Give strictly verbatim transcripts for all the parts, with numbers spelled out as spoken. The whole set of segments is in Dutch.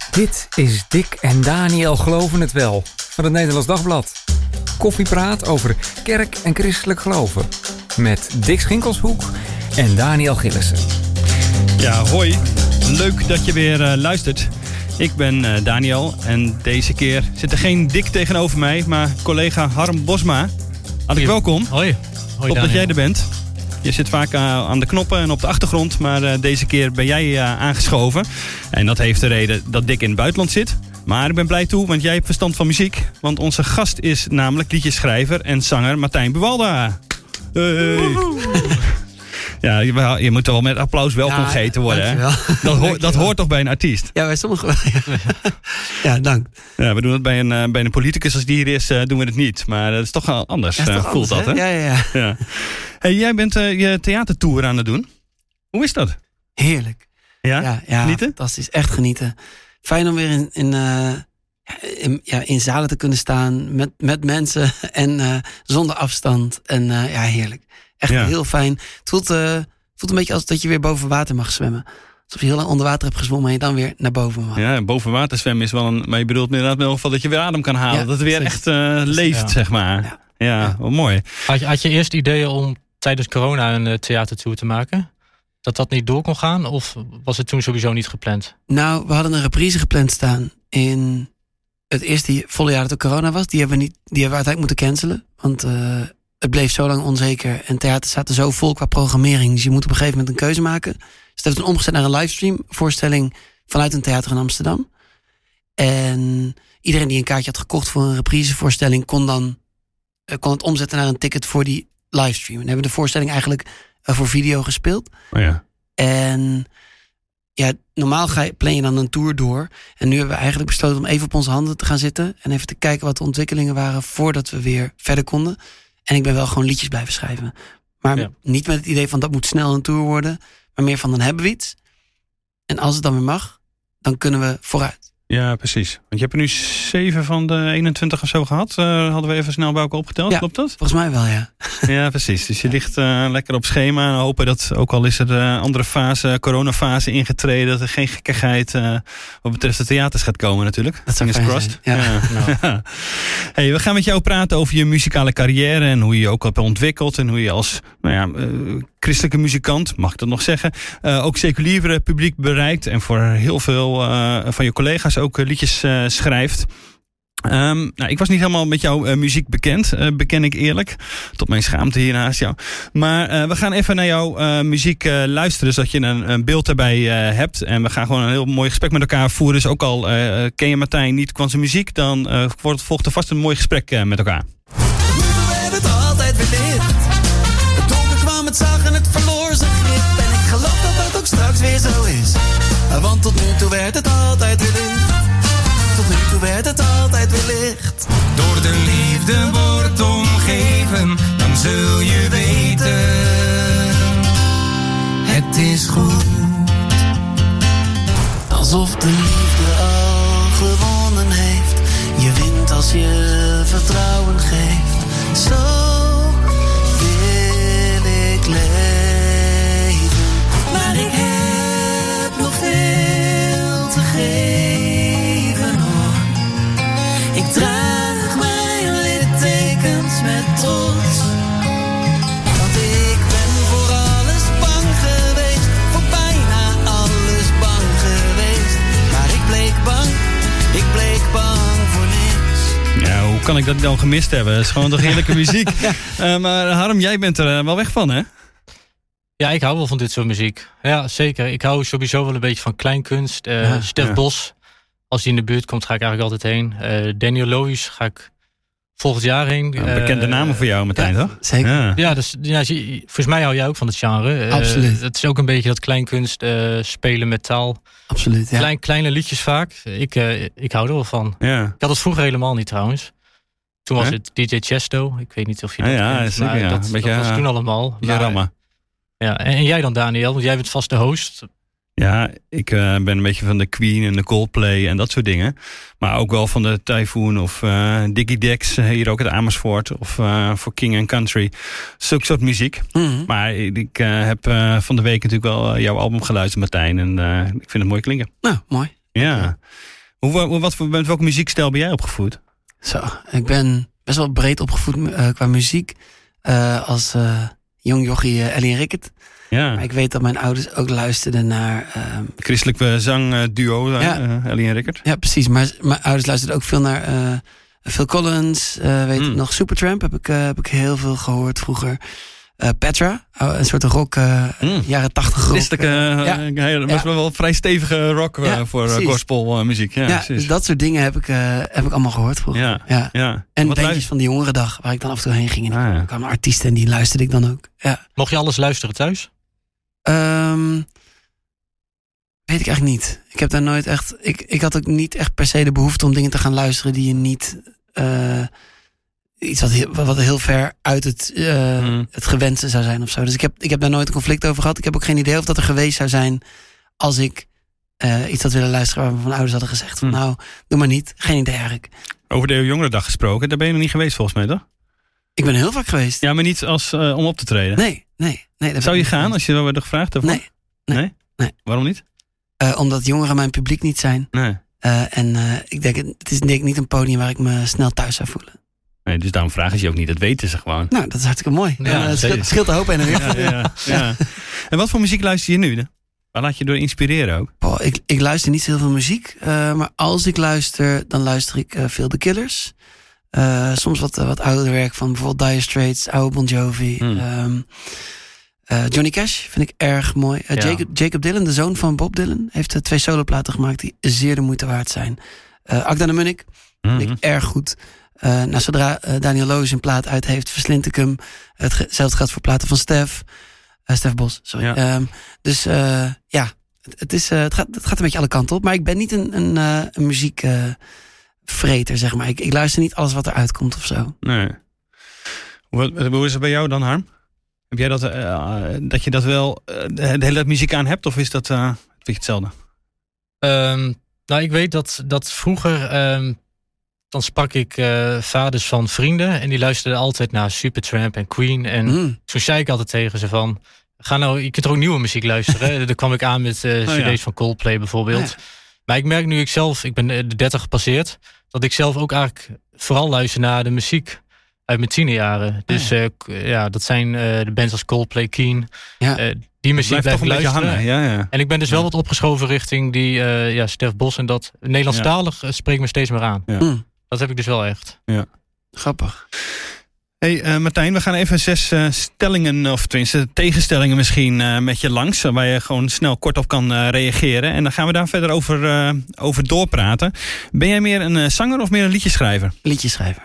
Dit is Dick en Daniel Geloven het Wel van het Nederlands Dagblad. Koffiepraat over kerk en christelijk geloven. Met Dick Schinkelshoek en Daniel Gillissen. Ja, hoi. Leuk dat je weer uh, luistert. Ik ben uh, Daniel en deze keer zit er geen Dick tegenover mij, maar collega Harm Bosma. Hartelijk welkom. Hoi. Hoi. Top dat jij er bent. Je zit vaak uh, aan de knoppen en op de achtergrond, maar uh, deze keer ben jij uh, aangeschoven. En dat heeft de reden dat Dick in het buitenland zit. Maar ik ben blij toe, want jij hebt verstand van muziek. Want onze gast is namelijk liedjeschrijver en zanger Martijn Buwalda. Hey. Ja, je, je moet wel met applaus welkom ja, geheten worden. Hè? Dat, hoor, dat hoort toch bij een artiest? Ja, bij sommigen wel. Ja, dank. Ja, we doen het bij een, bij een politicus als die hier is, uh, doen we het niet. Maar dat is toch wel anders, ja, uh, voelt anders, dat, hè? Ja, ja, ja. ja. Hey, jij bent uh, je theatertour aan het doen. Hoe is dat? Heerlijk. Ja? Ja, ja, genieten? Fantastisch. Echt genieten. Fijn om weer in, in, uh, in, ja, in zalen te kunnen staan met, met mensen en uh, zonder afstand. En uh, ja, heerlijk. Echt ja. heel fijn. Het voelt, uh, voelt een beetje als dat je weer boven water mag zwemmen. Alsof je heel lang onder water hebt gezwommen en je dan weer naar boven mag. Ja, boven water zwemmen is wel een... Maar je bedoelt inderdaad wel geval dat je weer adem kan halen. Ja, dat het weer precies. echt uh, leeft, ja. zeg maar. Ja, ja, ja. Wel mooi. Had je, had je eerst ideeën om tijdens corona een uh, theatertour te maken? Dat dat niet door kon gaan? Of was het toen sowieso niet gepland? Nou, we hadden een reprise gepland staan in het eerste volle jaar dat er corona was. Die hebben we, niet, die hebben we uiteindelijk moeten cancelen. Want uh, het bleef zo lang onzeker. En theater zaten zo vol qua programmering. Dus je moet op een gegeven moment een keuze maken. Dus het heeft toen omgezet naar een livestream voorstelling vanuit een theater in Amsterdam. En iedereen die een kaartje had gekocht voor een reprisevoorstelling kon dan uh, kon het omzetten naar een ticket voor die livestream. En hebben we de voorstelling eigenlijk uh, voor video gespeeld. Oh ja. En ja, normaal ga je, plan je dan een tour door. En nu hebben we eigenlijk besloten om even op onze handen te gaan zitten en even te kijken wat de ontwikkelingen waren voordat we weer verder konden. En ik ben wel gewoon liedjes blijven schrijven. Maar ja. niet met het idee van dat moet snel een tour worden. Maar meer van dan hebben we iets. En als het dan weer mag, dan kunnen we vooruit. Ja, precies. Want je hebt er nu zeven van de eenentwintig of zo gehad. Uh, hadden we even snel bij elkaar opgeteld, ja, klopt dat? Volgens mij wel, ja. Ja, precies. Dus je ja. ligt uh, lekker op schema. En hopen dat, ook al is er een andere fase, coronafase ingetreden, dat er geen gekkigheid uh, wat betreft de theaters gaat komen natuurlijk. Dat zou fijn zijn. Ja. Ja. Nou. Hey, we gaan met jou praten over je muzikale carrière en hoe je je ook hebt ontwikkeld. En hoe je als nou ja, uh, christelijke muzikant, mag ik dat nog zeggen, uh, ook seculiere publiek bereikt. En voor heel veel uh, van je collega's ook uh, liedjes uh, schrijft. Um, nou, ik was niet helemaal met jouw uh, muziek bekend, uh, beken ik eerlijk. Tot mijn schaamte hier naast jou. Maar uh, we gaan even naar jouw uh, muziek uh, luisteren, zodat je een, een beeld daarbij uh, hebt. En we gaan gewoon een heel mooi gesprek met elkaar voeren. Dus ook al uh, ken je Martijn niet qua zijn muziek, dan uh, volgt er vast een mooi gesprek uh, met elkaar. We werden het altijd weer licht. Het donker kwam, het zag en het verloor zijn grip. En ik geloof dat dat ook straks weer zo is. Want tot nu toe werd het altijd weer licht. Tot nu toe werd het altijd weer licht. Door de liefde wordt omgeven, dan zul je weten. Het is goed. Alsof de liefde al gewonnen heeft. Je wint als je vertrouwen geeft. Zo wil ik leven. Maar ik heb nog veel te geven, hoor. Ik draag mijn littekens met trots. Want ik ben voor alles bang geweest. Voor bijna alles bang geweest. Maar ik bleek bang, ik bleek bang voor niks. Ja, hoe kan ik dat dan gemist hebben? Het is gewoon toch heerlijke muziek. ja. uh, maar Harm, jij bent er wel weg van, hè? Ja, ik hou wel van dit soort muziek. Ja, zeker. Ik hou sowieso wel een beetje van kleinkunst. Uh, ja, Stef ja. Bos, als die in de buurt komt, ga ik eigenlijk altijd heen. Uh, Daniel Lohuis ga ik volgend jaar heen. Ja, bekende uh, namen voor jou, Martijn, ja, toch? Zeker. Ja, ja, dus, ja, volgens mij hou jij ook van het genre. Uh, Absoluut. Het is ook een beetje dat kleinkunst, uh, spelen met taal. Absoluut, ja. Klein, kleine liedjes vaak. Ik, uh, ik hou er wel van. Ja. Ik had het vroeger helemaal niet trouwens. Toen was Huh? het D J Chesto. Ik weet niet of je dat ja, ja, kent. zeker, ja. Dat, beetje, dat was toen allemaal. Ja, rammen. Ja, en, en jij dan, Daniel? Want jij bent vast de host. Ja, ik uh, ben een beetje van de Queen en de Coldplay en dat soort dingen. Maar ook wel van de Typhoon of uh, Diggy Dex, hier ook uit Amersfoort. Of uh, voor King and Country. Zulke soort muziek. Mm-hmm. Maar ik uh, heb uh, van de week natuurlijk wel uh, jouw album geluisterd, Martijn. En uh, ik vind het mooi klinken. Nou, mooi. Ja. Hoe, hoe, wat voor, met welke muziekstijl ben jij opgevoed? Zo, ik ben best wel breed opgevoed uh, qua muziek. Uh, als uh, jong jochie uh, Ellie en Rickert. Ja. Maar ik weet dat mijn ouders ook luisterden naar... Uh, Christelijke zangduo, uh, ja. uh, Ellie en Rickert. Ja, precies. Maar mijn ouders luisterden ook veel naar uh, Phil Collins. Uh, weet mm. nog, Supertramp heb ik, uh, heb ik heel veel gehoord vroeger. Uh, Petra, een soort rock, uh, mm. jaren tachtig rock. Christelijke, uh, ja. ja, dat was ja. wel vrij stevige rock uh, ja, voor uh, gospelmuziek. Uh, ja, ja dus dat soort dingen heb ik, uh, heb ik allemaal gehoord vroeger. Ja, ja. Ja. En Wat bandjes van de Jongerendag, waar ik dan af en toe heen ging. En ah, ja. kwamen artiesten en die luisterde ik dan ook. Ja. Mocht je alles luisteren thuis? Um, weet ik eigenlijk niet. Ik heb daar nooit echt... Ik, ik had ook niet echt per se de behoefte om dingen te gaan luisteren die je niet... Uh, iets wat heel, wat heel ver uit het, uh, mm. het gewenste zou zijn of zo. Dus ik heb, ik heb daar nooit een conflict over gehad. Ik heb ook geen idee of dat er geweest zou zijn als ik uh, iets had willen luisteren waar mijn ouders hadden gezegd van mm. nou, doe maar niet. Geen idee eigenlijk. Over de Jongerendag gesproken, daar ben je nog niet geweest volgens mij, toch? Ik ben heel vaak geweest. Ja, maar niet als uh, om op te treden? Nee, nee. nee zou je gaan geweest. Als je wel werd gevraagd daarvoor? Nee. Nee? nee. nee. Waarom niet? Uh, omdat jongeren mijn publiek niet zijn. Nee. Uh, en uh, ik denk, het is denk ik niet een podium waar ik me snel thuis zou voelen. Nee, dus daarom vragen ze je ook niet. Dat weten ze gewoon. Nou, dat is hartstikke mooi. Ja, uh, het scheelt, scheelt een hoop en weer. Ja, ja, ja. En wat voor muziek luister je nu? Dan? Waar laat je door inspireren ook? Oh, ik, ik luister niet zo heel veel muziek. Uh, maar als ik luister, dan luister ik uh, veel The Killers. Uh, soms wat, uh, wat ouder werk van bijvoorbeeld Dire Straits, oude Bon Jovi. Hmm. Um, uh, Johnny Cash vind ik erg mooi. Uh, ja. Jacob, Jacob Dylan, de zoon van Bob Dylan, heeft uh, twee soloplaten gemaakt die zeer de moeite waard zijn. Uh, Akda de Munnik vind hmm. ik erg goed. Uh, nou, zodra uh, Daniel Loos een plaat uit heeft, verslind ik hem. Hetzelfde geldt voor platen van Stef. Uh, Stef Bos, sorry. Ja. Um, dus uh, ja, het, het, is, uh, het, gaat, het gaat een beetje alle kanten op. Maar ik ben niet een, een, uh, een muziekvreter, uh, zeg maar. Ik, ik luister niet alles wat eruit komt of zo. Nee. Hoe, hoe is het bij jou dan, Harm? Heb jij dat, uh, dat je dat wel uh, de hele tijd muziek aan hebt? Of is dat uh, hetzelfde? Um, nou, ik weet dat, dat vroeger... Um, Dan sprak ik uh, vaders van vrienden en die luisterden altijd naar Supertramp en Queen. En mm. toen zei ik altijd tegen ze van, ga nou, je kunt er ook nieuwe muziek luisteren. Daar kwam ik aan met uh, cd's oh, ja. van Coldplay bijvoorbeeld. Oh, ja. Maar ik merk nu ik zelf, ik ben de dertig gepasseerd, dat ik zelf ook eigenlijk vooral luister naar de muziek uit mijn tienerjaren. Dus uh, ja, dat zijn uh, de bands als Coldplay, Keen. Ja. Uh, die muziek blijf ik luisteren. Hangen. Ja, ja. En ik ben dus ja. wel wat opgeschoven richting die uh, ja, Stef Bos en dat. Nederlandstalig ja. spreekt me steeds meer aan. Ja. Mm. Dat heb ik dus wel echt. Ja. Grappig. Hey uh, Martijn, we gaan even zes uh, stellingen, of tenminste tegenstellingen misschien uh, met je langs. Waar je gewoon snel kort op kan uh, reageren. En dan gaan we daar verder over, uh, over doorpraten. Ben jij meer een uh, zanger of meer een liedjeschrijver? Liedjeschrijver.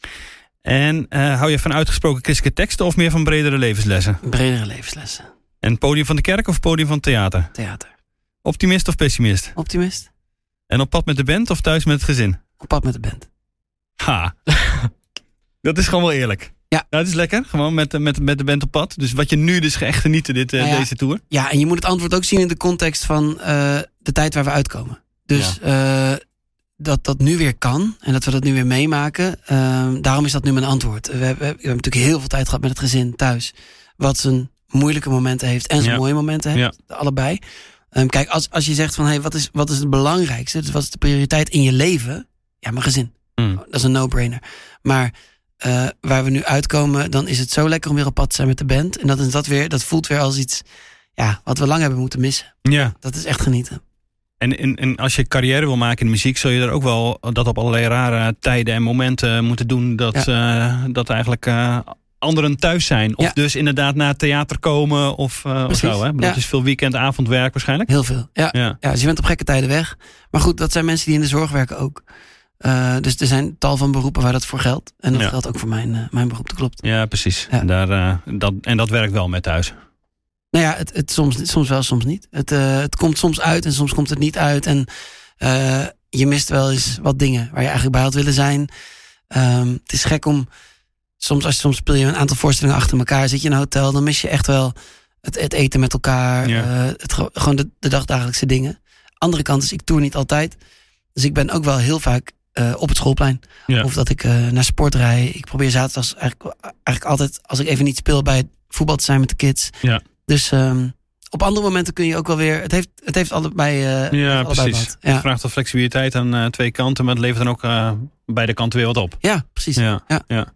En uh, hou je van uitgesproken christelijke teksten of meer van bredere levenslessen? Bredere levenslessen. En podium van de kerk of podium van het theater? Theater. Optimist of pessimist? Optimist. En op pad met de band of thuis met het gezin? Op pad met de band. Ha. Dat is gewoon wel eerlijk. Ja. Nou, het is lekker. Gewoon met, met, met de band op pad. Dus wat je nu dus echt genieten, dit, uh, nou ja, deze tour. Ja, en je moet het antwoord ook zien in de context van uh, de tijd waar we uitkomen. Dus ja. uh, dat dat nu weer kan. En dat we dat nu weer meemaken. Uh, daarom is dat nu mijn antwoord. We hebben, we hebben natuurlijk heel veel tijd gehad met het gezin thuis. Wat zijn moeilijke momenten heeft en zijn ja. mooie momenten heeft. Ja. Allebei. Um, kijk, als, als je zegt van, hey, wat is, wat is het belangrijkste? Dus wat is de prioriteit in je leven? Ja, mijn gezin. Mm. Dat is een no-brainer. Maar uh, waar we nu uitkomen, dan is het zo lekker om weer op pad te zijn met de band. En dat is dat weer, dat voelt weer als iets, ja, wat we lang hebben moeten missen. Ja. Dat is echt genieten. En, en, en als je carrière wil maken in de muziek, zul je er ook wel dat op allerlei rare tijden en momenten moeten doen dat, ja. uh, dat eigenlijk uh, anderen thuis zijn. Of ja. dus inderdaad naar het theater komen of, uh, of zo. Hè? Dat ja. is veel weekend, avondwerk waarschijnlijk. Heel veel, ja. Ja. ja. Dus je bent op gekke tijden weg. Maar goed, dat zijn mensen die in de zorg werken ook. Uh, dus er zijn tal van beroepen waar dat voor geldt. En dat ja. geldt ook voor mijn, uh, mijn beroep, dat klopt. Ja, precies. Ja. Daar, uh, dat, en dat werkt wel met thuis. Nou ja, het, het soms, soms wel, soms niet. Het, uh, het komt soms uit en soms komt het niet uit. En uh, je mist wel eens wat dingen waar je eigenlijk bij had willen zijn. Um, het is gek om... Soms, als je, soms speel je een aantal voorstellingen achter elkaar. Zit je in een hotel, dan mis je echt wel het, het eten met elkaar. Ja. Uh, het, gewoon de, de dagdagelijkse dingen. Andere kant is, ik tour niet altijd. Dus ik ben ook wel heel vaak uh, op het schoolplein. Ja. Of dat ik uh, naar sport rij. Ik probeer zaterdags eigenlijk, eigenlijk altijd, als ik even niet speel, bij het voetbal te zijn met de kids. Ja. Dus um, op andere momenten kun je ook wel weer... Het heeft, het heeft allebei, uh, ja, allebei precies. wat. Ja. Het vraagt wel flexibiliteit aan uh, twee kanten, maar het levert dan ook uh, beide kanten weer wat op. Ja, precies. Ja, ja. ja.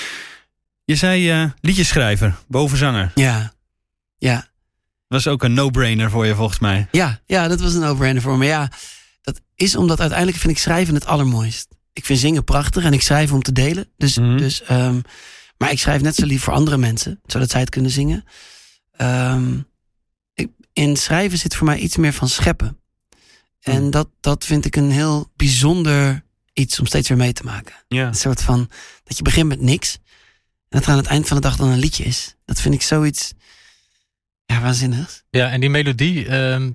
Je zei uh, liedjesschrijver, boven zanger. Ja, ja. Dat was ook een no-brainer voor je volgens mij. Ja, ja, dat was een no-brainer voor me. Ja, dat is omdat uiteindelijk vind ik schrijven het allermooist. Ik vind zingen prachtig en ik schrijf om te delen. Dus, mm-hmm. dus, um, maar ik schrijf net zo lief voor andere mensen, zodat zij het kunnen zingen. Um, ik, in schrijven zit voor mij iets meer van scheppen. En mm. dat, dat vind ik een heel bijzonder iets om steeds weer mee te maken. Ja. Een soort van, dat je begint met niks. En dat er aan het eind van de dag dan een liedje is. Dat vind ik zoiets, ja, waanzinnigs. Ja, en die melodie, um,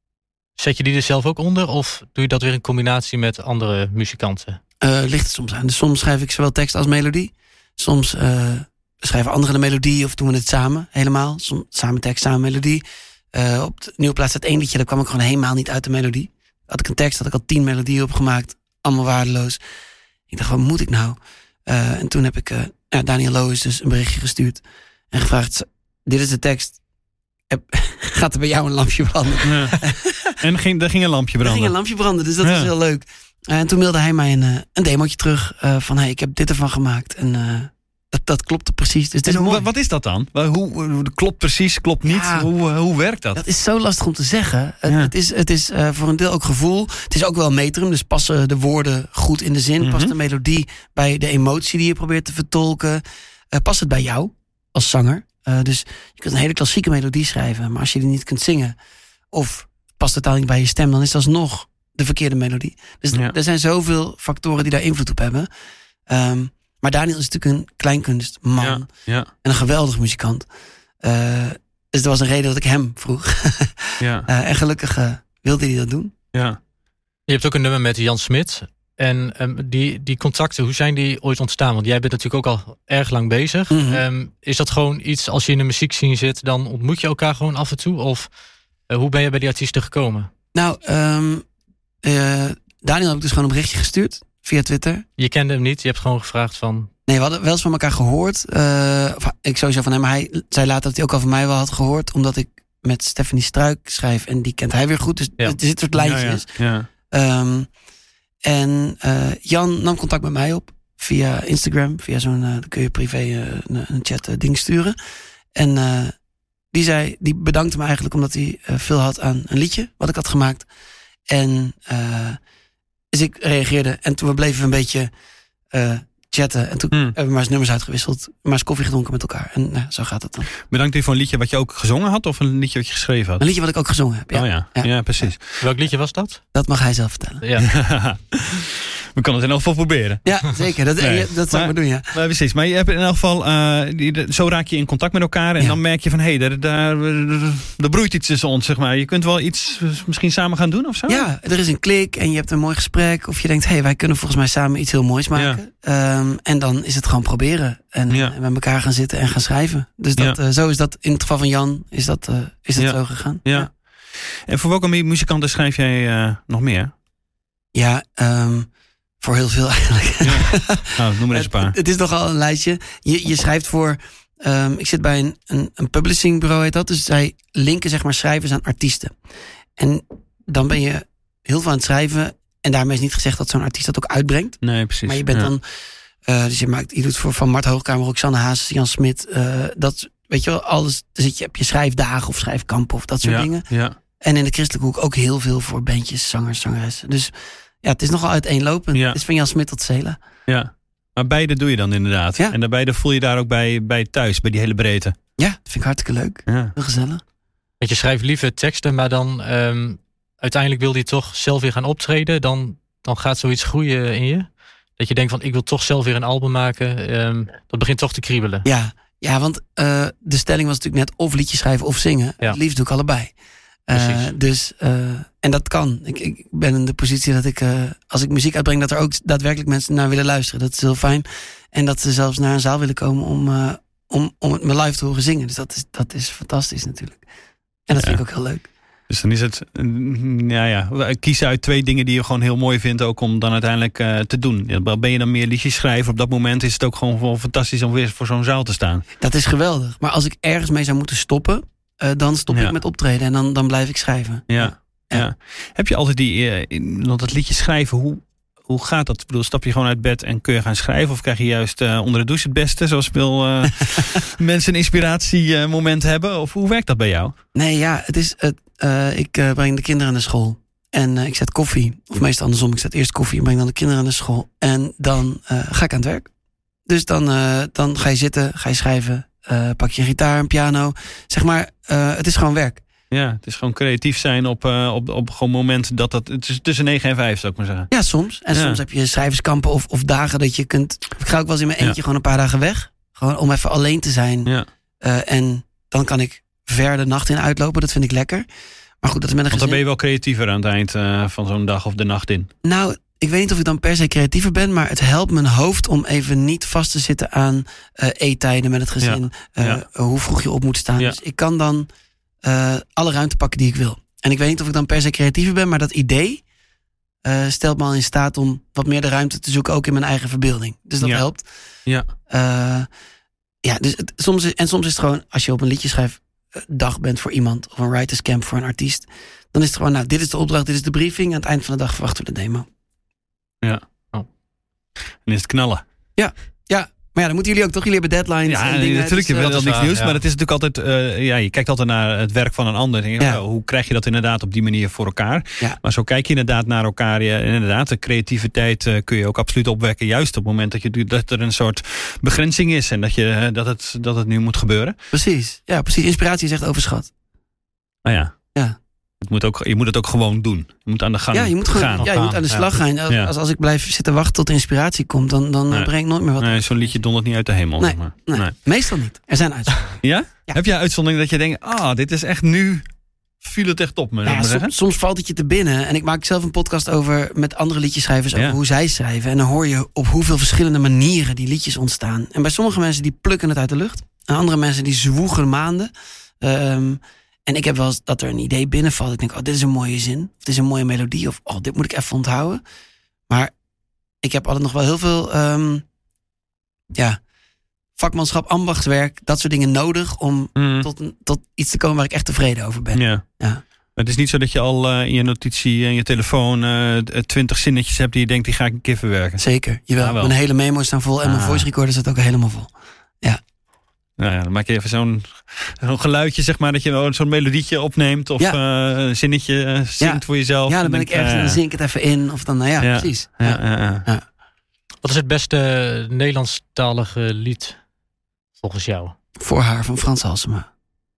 zet je die er zelf ook onder? Of doe je dat weer in combinatie met andere muzikanten? Uh, ligt het soms aan. Dus soms schrijf ik zowel tekst als melodie. Soms uh, schrijven anderen de melodie of doen we het samen helemaal. Soms samen tekst, samen melodie. Uh, op de nieuwe plaats staat één liedje, daar kwam ik gewoon helemaal niet uit de melodie. Had ik een tekst, had ik al tien melodieën opgemaakt. Allemaal waardeloos. Ik dacht, wat moet ik nou? Uh, en toen heb ik uh, ja, Daniel Loos dus een berichtje gestuurd. En gevraagd, dit is de tekst. Heb, gaat er bij jou een lampje branden? Ja. En ging, er ging een lampje branden? Er ging een lampje branden, dus dat ja. was heel leuk. Uh, en toen mailde hij mij een, uh, een demootje terug. Uh, van, hey, ik heb dit ervan gemaakt. En uh, dat, dat klopte precies. Dus het is en mooi. Wat is dat dan? Hoe, hoe klopt precies, klopt niet? Ja, hoe, hoe werkt dat? Dat is zo lastig om te zeggen. Ja. Het is, het is uh, voor een deel ook gevoel. Het is ook wel metrum, dus passen de woorden goed in de zin. Mm-hmm. Past de melodie bij de emotie die je probeert te vertolken. Uh, past het bij jou als zanger? Uh, dus je kunt een hele klassieke melodie schrijven, maar als je die niet kunt zingen, of past het totaal niet bij je stem, dan is dat alsnog de verkeerde melodie. Dus ja. er zijn zoveel factoren die daar invloed op hebben. Um, maar Daniel is natuurlijk een kleinkunstman ja, ja. en een geweldig muzikant. Uh, dus dat was een reden dat ik hem vroeg. ja. uh, en gelukkig uh, wilde hij dat doen. Ja. Je hebt ook een nummer met Jan Smit. En um, die, die contacten, hoe zijn die ooit ontstaan? Want jij bent natuurlijk ook al erg lang bezig. Mm-hmm. Um, is dat gewoon iets, als je in de muziekscene zit, dan ontmoet je elkaar gewoon af en toe? Of uh, hoe ben je bij die artiesten gekomen? Nou, um, uh, Daniel heb ik dus gewoon een berichtje gestuurd via Twitter. Je kende hem niet? Je hebt gewoon gevraagd van... Nee, we hadden wel eens van elkaar gehoord. Uh, ik sowieso van hem, maar hij zei later dat hij ook al van mij wel had gehoord. Omdat ik met Stephanie Struik schrijf en die kent hij weer goed. Dus ja. er zit soort lijntjes. Ja, ja. Um, en uh, Jan nam contact met mij op via Instagram. Via zo'n, uh, dan kun je privé uh, een, een chat uh, ding sturen. En uh, die zei, die bedankte me eigenlijk omdat hij uh, veel had aan een liedje wat ik had gemaakt. En uh, dus ik reageerde en toen we bleven een beetje uh, chatten. En toen hmm. hebben we maar eens nummers uitgewisseld. Maar eens koffie gedronken met elkaar. En nou, zo gaat het dan. Bedankt u voor een liedje wat je ook gezongen had? Of een liedje wat je geschreven had? Een liedje wat ik ook gezongen heb, ja. Oh ja, ja. ja precies. Ja. Welk liedje was dat? Dat mag hij zelf vertellen. Ja. We kunnen het in elk geval proberen. Ja, zeker. Dat, nee. dat zou ik maar doen, ja. Maar precies. Maar je hebt in elk geval... Uh, die, zo raak je in contact met elkaar. En ja. dan merk je van... Hé, hey, daar, daar, daar broeit iets tussen ons, zeg maar. Je kunt wel iets misschien samen gaan doen of zo? Ja, er is een klik en je hebt een mooi gesprek. Of je denkt... Hé, hey, wij kunnen volgens mij samen iets heel moois maken. Ja. Um, en dan is het gewoon proberen. En, ja. en met elkaar gaan zitten en gaan schrijven. Dus dat, ja. uh, zo is dat... In het geval van Jan is dat, uh, is dat ja. zo gegaan. Ja. ja. En voor welke muzikanten schrijf jij uh, nog meer? Ja, um, voor heel veel eigenlijk. Ja. Nou, noem maar eens een paar. Het, het is nogal een lijstje. Je, je schrijft voor... Um, ik zit bij een, een, een publishingbureau, heet dat. Dus zij linken zeg maar schrijvers aan artiesten. En dan ben je heel veel aan het schrijven. En daarmee is niet gezegd dat zo'n artiest dat ook uitbrengt. Nee, precies. Maar je bent ja. dan... Uh, dus je, maakt, je doet voor Van Mart Hoogkamer, Roxanne Hazes, Jan Smit. Uh, dat, weet je wel, alles. Dan zit je op je schrijfdagen of schrijfkampen of dat soort ja, dingen. Ja. En in de christelijke hoek ook heel veel voor bandjes, zangers, zangeressen. Dus ja, het is nogal uiteenlopend. Ja. Het is van Jan Smit tot Cela. Ja, maar beide doe je dan inderdaad. Ja. En daarbij voel je daar ook bij, bij thuis, bij die hele breedte. Ja, dat vind ik hartstikke leuk. Ja. Heel gezellig. Dat je schrijft liever teksten, maar dan um, uiteindelijk wil je toch zelf weer gaan optreden. Dan, dan gaat zoiets groeien in je. Dat je denkt van, ik wil toch zelf weer een album maken. Um, dat begint toch te kriebelen. Ja, ja want uh, de stelling was natuurlijk net of liedjes schrijven of zingen. Ja. Het liefst doe ik allebei. Uh, dus, uh, en dat kan. Ik, ik ben in de positie dat ik, uh, als ik muziek uitbreng, dat er ook daadwerkelijk mensen naar willen luisteren. Dat is heel fijn. En dat ze zelfs naar een zaal willen komen om, uh, om, om het me live te horen zingen. Dus dat is, dat is fantastisch natuurlijk. En dat ja. vind ik ook heel leuk. Dus dan is het, ja, ja, kies uit twee dingen die je gewoon heel mooi vindt, ook om dan uiteindelijk uh, te doen. Ben je dan meer liedjes schrijven? Op dat moment is het ook gewoon wel fantastisch om weer voor zo'n zaal te staan. Dat is geweldig. Maar als ik ergens mee zou moeten stoppen, uh, dan stop Ja. ik met optreden en dan, dan blijf ik schrijven. Ja. Ja. Ja. Heb je altijd die, uh, want dat liedje schrijven, hoe, hoe gaat dat? Ik bedoel, stap je gewoon uit bed en kun je gaan schrijven? Of krijg je juist uh, onder de douche het beste, zoals veel uh, mensen een inspiratiemoment uh, hebben? Of hoe werkt dat bij jou? Nee, ja, het is, het, uh, ik uh, breng de kinderen naar school. En uh, ik zet koffie, of meestal andersom, ik zet eerst koffie en breng dan de kinderen naar school. En dan uh, ga ik aan het werk. Dus dan, uh, dan ga je zitten, ga je schrijven, uh, pak je een gitaar, een piano. Zeg maar, uh, het is gewoon werk. Ja, het is gewoon creatief zijn op, uh, op, op gewoon momenten dat dat... Het is tussen negen en vijf, zou ik maar zeggen. Ja, soms. En Ja. soms heb je schrijverskampen of, of dagen dat je kunt... Ik ga ook wel eens in mijn eentje Ja. gewoon een paar dagen weg. Gewoon om even alleen te zijn. Ja. Uh, en dan kan ik ver de nacht in uitlopen. Dat vind ik lekker. Maar goed, dat is met een Want dan gezin. ben je wel creatiever aan het eind uh, van zo'n dag of de nacht in. Nou, ik weet niet of ik dan per se creatiever ben, maar het helpt mijn hoofd om even niet vast te zitten aan uh, eettijden met het gezin. Ja. Uh, Ja. Hoe vroeg je op moet staan. Ja. Dus ik kan dan uh, alle ruimte pakken die ik wil. En ik weet niet of ik dan per se creatiever ben, maar dat idee uh, stelt me al in staat om wat meer de ruimte te zoeken, ook in mijn eigen verbeelding. Dus dat Ja. helpt. Ja. Uh, ja, dus het, soms is, en soms is het gewoon, als je op een liedje schrijft, dag bent voor iemand, of een writers camp voor een artiest, dan is het gewoon, nou, dit is de opdracht, dit is de briefing. Aan het eind van de dag verwachten we de demo. Ja. Oh. En is het knallen. Ja, ja. Maar ja, dan moeten jullie ook toch, jullie hebben deadlines. Ja, en dingen, natuurlijk, je dus, wil uh, dat is niks waar, nieuws. ja. Maar het is natuurlijk altijd, uh, ja, je kijkt altijd naar het werk van een ander. En denk je, Ja. oh, hoe krijg je dat inderdaad op die manier voor elkaar? Ja. Maar zo kijk je inderdaad naar elkaar. Ja, en inderdaad, de creativiteit uh, kun je ook absoluut opwekken. Juist op het moment dat, je, dat er een soort begrenzing is. En dat, je, uh, dat, het, dat het nu moet gebeuren. Precies, ja, precies. Inspiratie is echt overschat. Nou ja. Ja. Het moet ook, je moet het ook gewoon doen. Je moet aan de gang Ja, je moet gewoon, gaan. ja, je moet aan de slag gaan. Als, Ja. als, als ik blijf zitten wachten tot de inspiratie komt, dan, dan Nee. breng ik nooit meer wat. Nee, zo'n liedje dondert niet uit de hemel. Nee, zeg maar. Nee, Nee. meestal niet. Er zijn uitzonderingen. Ja? Ja. Heb jij uitzondering dat je denkt, ah, dit is echt nu, viel het echt op me. Nou ja, maar soms, soms valt het je te binnen. En ik maak zelf een podcast over met andere liedjeschrijvers over Ja. hoe zij schrijven. En dan hoor je op hoeveel verschillende manieren die liedjes ontstaan. En bij sommige mensen die plukken het uit de lucht. En andere mensen die zwoegen maanden. Um, en ik heb wel eens dat er een idee binnenvalt. Ik denk, oh, dit is een mooie zin. Of dit is een mooie melodie. Of, oh, dit moet ik even onthouden. Maar ik heb altijd nog wel heel veel um, ja, vakmanschap, ambachtswerk, dat soort dingen nodig om Mm. tot, tot iets te komen waar ik echt tevreden over ben. Ja. Ja. Maar het is niet zo dat je al uh, in je notitie en je telefoon twintig uh, zinnetjes hebt die je denkt, die ga ik een keer verwerken. Zeker, jawel. Ah, wel. Mijn hele memo's staan vol en mijn Ah. voice recorder staat ook helemaal vol. Ja. Nou ja, dan maak je even zo'n, zo'n geluidje, zeg maar, dat je zo'n melodietje opneemt of Ja. uh, een zinnetje uh, zingt Ja. voor jezelf. Ja, dan ben ik ergens en dan zing ik het even in. Of dan, nou ja, Ja. precies. Ja, Ja. ja, ja. Wat is het beste Nederlandstalige lied volgens jou? Voor haar van Frans Halsema.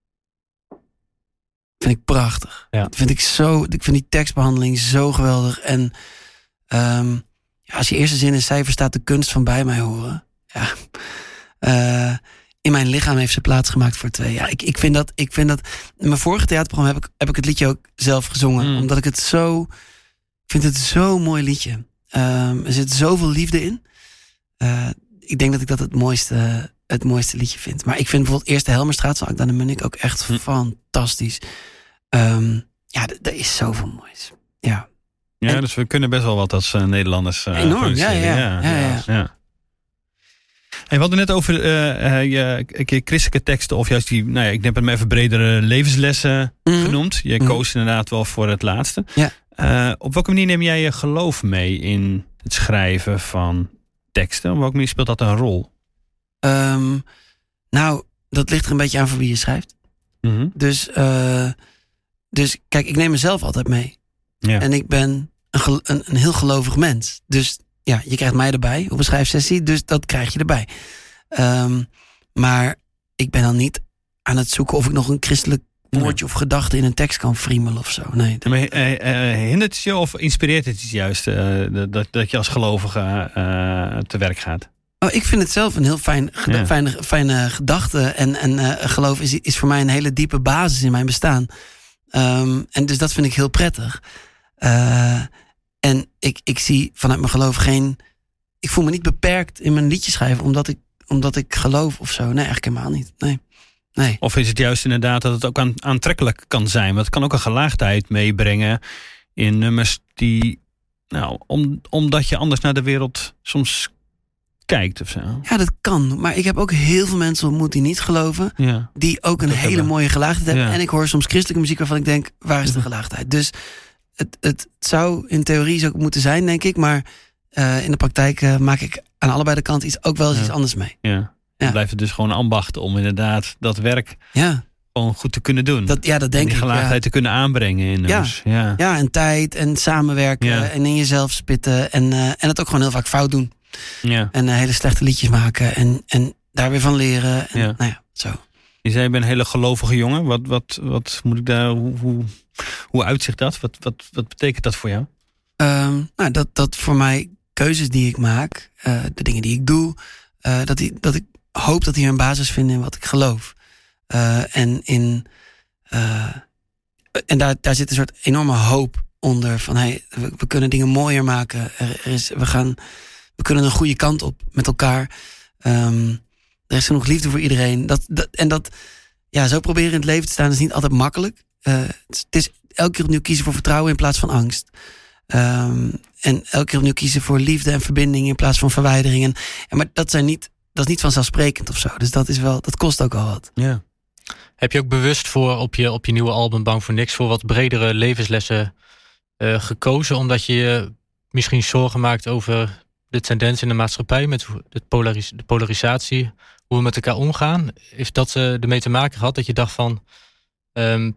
Vind ik prachtig. Ja. Dat vind ik zo, ik vind die tekstbehandeling zo geweldig. En um, ja, als je eerste zin in cijfer staat, de kunst van bij mij horen. Ja. Uh, in mijn lichaam heeft ze plaats gemaakt voor twee. Ja, ik, ik vind dat, ik vind dat. In mijn vorige theaterprogramma heb ik, heb ik het liedje ook zelf gezongen. Mm. Omdat ik het zo. Ik vind het zo'n mooi liedje. Um, er zit zoveel liefde in. Uh, ik denk dat ik dat het mooiste, het mooiste liedje vind. Maar ik vind bijvoorbeeld Eerste Helmerstraat van Akda de Munnik ook echt Hm. fantastisch. Um, ja, er is zoveel moois. Ja. Ja, En- dus we kunnen best wel wat als uh, Nederlanders. Uh, Enorm, produceren. ja, ja, ja, ja. ja. Hey, we hadden net over uh, uh, je, je christelijke teksten, of juist die, nou ja, ik heb hem even bredere levenslessen Mhm. genoemd. Je Mhm. koos inderdaad wel voor het laatste. Ja. Uh, op welke manier neem jij je geloof mee in het schrijven van teksten? Op welke manier speelt dat een rol? Um, nou, dat ligt er een beetje aan voor wie je schrijft. Mm-hmm. Dus, uh, dus kijk, ik neem mezelf altijd mee. Ja. En ik ben een, gel- een, een heel gelovig mens. Dus ja, je krijgt mij erbij op een schrijfsessie, dus dat krijg je erbij. Um, maar ik ben dan niet aan het zoeken of ik nog een christelijk woordje of gedachte in een tekst kan friemelen of zo. Nee. Dat, Maar, uh, uh, hindert het je of inspireert het je juist uh, dat, dat je als gelovige uh, te werk gaat? oh, ik vind het zelf een heel fijn, geda- Ja. fijne, fijne gedachte. En, en uh, geloof is, is voor mij een hele diepe basis in mijn bestaan. Um, en dus dat vind ik heel prettig. Uh, en ik, ik zie vanuit mijn geloof geen. Ik voel me niet beperkt in mijn liedje schrijven omdat ik, omdat ik geloof of zo. Nee, eigenlijk helemaal niet. Nee. Nee. Of is het juist inderdaad dat het ook aan, aantrekkelijk kan zijn? Want het kan ook een gelaagdheid meebrengen in nummers die, nou, om, omdat je anders naar de wereld soms kijkt of zo. Ja, dat kan. Maar ik heb ook heel veel mensen ontmoet die niet geloven. Ja. Die ook een Dat hele hebben. mooie gelaagdheid hebben. Ja. En ik hoor soms christelijke muziek waarvan ik denk, waar is de gelaagdheid? Dus het, het zou in theorie zo moeten zijn, denk ik. Maar uh, in de praktijk uh, maak ik aan allebei de kanten iets, ook wel eens Ja. iets anders mee. Ja. Dan Ja. blijft het dus gewoon ambacht om inderdaad dat werk Ja, gewoon goed te kunnen doen. dat, ja, dat en denk die ik. gelaagdheid Ja. te kunnen aanbrengen in Ja. nummers. Ja. ja, en tijd en samenwerken Ja. en in jezelf spitten. En, uh, en het ook gewoon heel vaak fout doen. Ja. En uh, hele slechte liedjes maken. En, en daar weer van leren. En, Ja. Nou ja, zo. Je zei, je bent een hele gelovige jongen. Wat, wat, wat moet ik daar, hoe, hoe, hoe uitzicht dat? Wat, wat, wat betekent dat voor jou? Um, nou, dat, dat voor mij keuzes die ik maak, uh, de dingen die ik doe, uh, dat, die, dat ik hoop dat die een basis vinden in wat ik geloof. Uh, en in, uh, en daar, daar zit een soort enorme hoop onder van hey, we, we kunnen dingen mooier maken. Er, er is, we, gaan, we kunnen een goede kant op met elkaar. Um, er is genoeg liefde voor iedereen. Dat, dat, en dat, ja, zo proberen in het leven te staan is niet altijd makkelijk. Uh, het, is, het is elke keer opnieuw kiezen voor vertrouwen in plaats van angst. Um, en elke keer opnieuw kiezen voor liefde en verbinding in plaats van verwijdering. En, en maar dat zijn niet, dat is niet vanzelfsprekend of zo. Dus dat is wel, dat kost ook al wat. Ja. Heb je ook bewust voor op je, op je nieuwe album Bang voor Niks voor wat bredere levenslessen uh, gekozen? Omdat je je misschien zorgen maakt over de tendens in de maatschappij met de, polaris, de polarisatie, hoe we met elkaar omgaan. Heeft dat uh, ermee te maken gehad dat je dacht van um,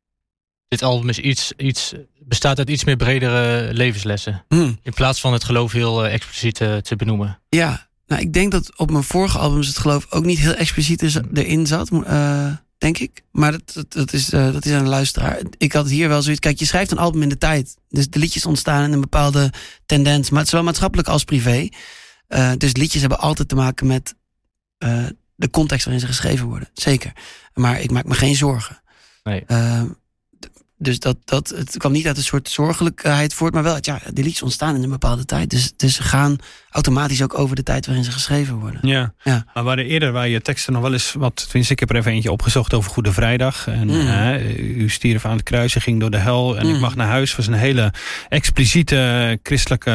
dit album is iets, iets, bestaat uit iets meer bredere levenslessen. Hmm. In plaats van het geloof heel uh, expliciet uh, te benoemen. Ja, nou ik denk dat op mijn vorige albums het geloof ook niet heel expliciet is, erin zat. Uh, denk ik. Maar dat, dat, dat, is, uh, dat is aan de luisteraar. Ik had hier wel zoiets. Kijk, je schrijft een album in de tijd. Dus de liedjes ontstaan in een bepaalde tendens. Maar het is zowel maatschappelijk als privé. Uh, dus liedjes hebben altijd te maken met uh, de context waarin ze geschreven worden. Zeker. Maar ik maak me geen zorgen. Nee. Uh, Dus dat, dat, het kwam niet uit een soort zorgelijkheid voort, maar wel, het, ja, die liedjes ontstaan in een bepaalde tijd. Dus, dus ze gaan automatisch ook over de tijd waarin ze geschreven worden. Ja, ja. Maar waren eerder waar je teksten nog wel eens, wat, tenminste ik heb er even eentje opgezocht over Goede Vrijdag. En mm. uh, u stierf aan het kruisen, ging door de hel en mm. ik mag naar huis. Was een hele expliciete christelijke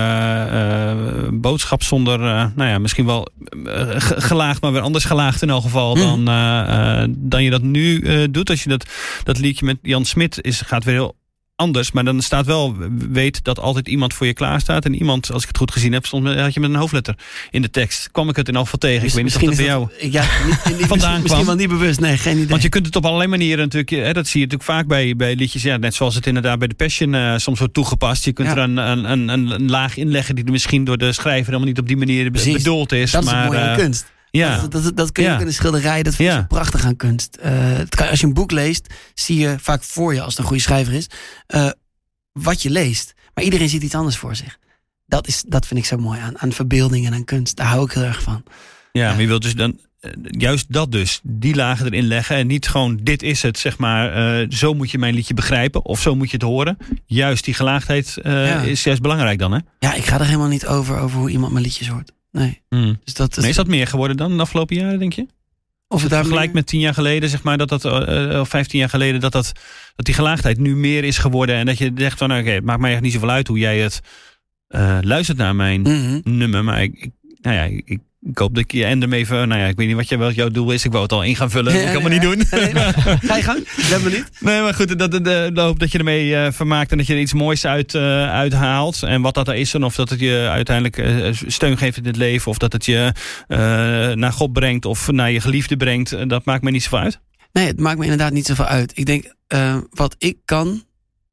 uh, boodschap zonder, uh, nou ja, misschien wel uh, gelaagd, maar weer anders gelaagd in elk geval mm. dan, uh, uh, dan je dat nu uh, doet. Als je dat, dat liedje met Jan Smit is, gaat weer heel anders, maar dan staat wel, weet dat altijd iemand voor je klaar staat. En iemand, als ik het goed gezien heb, stond, had je met een hoofdletter in de tekst. Kwam ik het in elk geval tegen. Ik weet niet of dat bij jou ja, niet, niet, vandaan kwam. Misschien wel niet bewust, nee, geen idee. Want je kunt het op allerlei manieren natuurlijk, hè, dat zie je natuurlijk vaak bij, bij liedjes, ja, net zoals het inderdaad bij de Passion uh, soms wordt toegepast. Je kunt ja. er een, een, een, een laag inleggen die er misschien door de schrijver helemaal niet op die manier Precies. bedoeld is. Dat is maar, het mooie aan uh, kunst. Ja. Dat, dat, dat kun je ja. ook in een schilderij. Dat vind ik ja. zo prachtig aan kunst. Uh, het kan, als je een boek leest, zie je vaak voor je, als het een goede schrijver is, uh, wat je leest. Maar iedereen ziet iets anders voor zich. Dat, is, dat vind ik zo mooi aan, aan verbeelding en aan kunst. Daar hou ik heel erg van. Ja, maar je wilt dus dan uh, juist dat dus, die lagen erin leggen. En niet gewoon, dit is het, zeg maar, uh, zo moet je mijn liedje begrijpen. Of zo moet je het horen. Juist die gelaagdheid uh, ja. is juist belangrijk dan, hè? Ja, ik ga er helemaal niet over, over hoe iemand mijn liedjes hoort. Nee. Hmm. Dus dat is... Nee, is dat meer geworden dan de afgelopen jaren, denk je? Of het vergelijk meer... met tien jaar geleden, zeg maar, dat dat, uh, of vijftien jaar geleden, dat, dat, dat die gelaagdheid nu meer is geworden. En dat je zegt van, oké, okay, het maakt mij echt niet zoveel uit hoe jij het uh, luistert naar mijn mm-hmm. nummer. Maar ik, ik, nou ja, ik, ik hoop dat ik je endem even, nou ja, ik weet niet wat, je, wat jouw doel is. Ik wou het al in gaan vullen, dat ja, kan ja, maar ja. niet doen. Nee, nee, ga je gang, ik ben benieuwd. Nee, maar goed, dat, dat, dat, hoop dat je ermee uh, vermaakt en dat je er iets moois uit uh, uithaalt. En wat dat er is en of dat het je uiteindelijk uh, steun geeft in het leven. Of dat het je uh, naar God brengt of naar je geliefde brengt. Uh, dat maakt me niet zoveel uit. Nee, het maakt me inderdaad niet zoveel uit. Ik denk, uh, wat ik kan,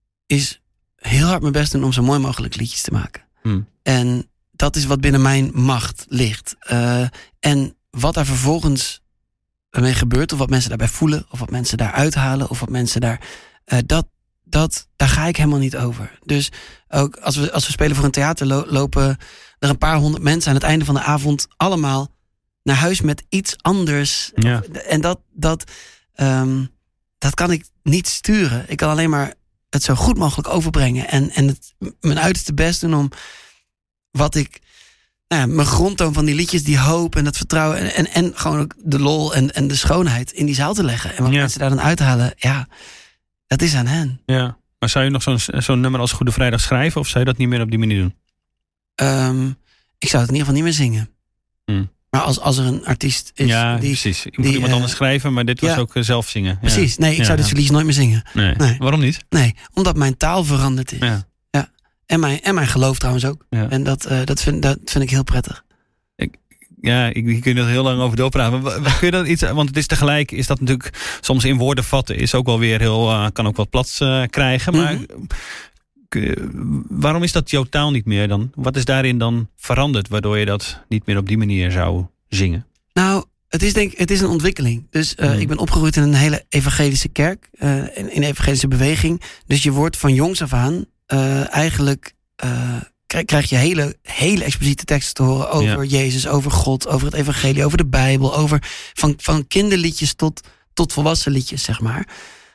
is heel hard mijn best doen om zo mooi mogelijk liedjes te maken. Hmm. En dat is wat binnen mijn macht ligt. Uh, en wat daar vervolgens mee gebeurt, of wat mensen daarbij voelen, of wat mensen daar uithalen, of wat mensen daar... Uh, dat, dat, daar ga ik helemaal niet over. Dus ook als we, als we spelen voor een theater, lo- lopen er een paar honderd mensen aan het einde van de avond allemaal naar huis met iets anders. Ja. En dat, dat, um, dat kan ik niet sturen. Ik kan alleen maar het zo goed mogelijk overbrengen. En, en het, mijn uiterste best doen om wat ik... Nou ja, mijn grondtoon van die liedjes, die hoop en dat vertrouwen... en, en, en gewoon ook de lol en, en de schoonheid in die zaal te leggen. En wat ja. mensen daar dan uithalen, ja, dat is aan hen. Ja, maar zou je nog zo'n, zo'n nummer als Goede Vrijdag schrijven... of zou je dat niet meer op die manier doen? Um, ik zou het in ieder geval niet meer zingen. Hmm. Maar als, als er een artiest is... Ja, die, precies. Ik moet die, iemand uh, anders schrijven, maar dit was ja, ook uh, zelf zingen. Ja. Precies. Nee, ik ja, zou dit ja. verlies nooit meer zingen. Nee. Nee. Waarom niet? Nee, omdat mijn taal veranderd is. Ja. Ja. En, mijn, en mijn geloof trouwens ook. Ja. En dat, uh, dat, vind, dat vind ik heel prettig. Ja, ik, hier kun je er heel lang over doorpraten. Maar kun je dat iets, want het is tegelijk, is dat natuurlijk soms in woorden vatten, is ook wel weer heel, uh, kan ook wat plat uh, krijgen. Maar mm-hmm. kun je, waarom is dat jouw taal niet meer dan? Wat is daarin dan veranderd, waardoor je dat niet meer op die manier zou zingen? Nou, het is denk het is een ontwikkeling. Dus uh, mm. ik ben opgegroeid in een hele evangelische kerk, uh, in, in een evangelische beweging. Dus je wordt van jongs af aan uh, eigenlijk... Uh, krijg je hele, hele expliciete teksten te horen over ja. Jezus, over God, over het evangelie, over de Bijbel, over van, van kinderliedjes tot, tot volwassen liedjes, zeg maar.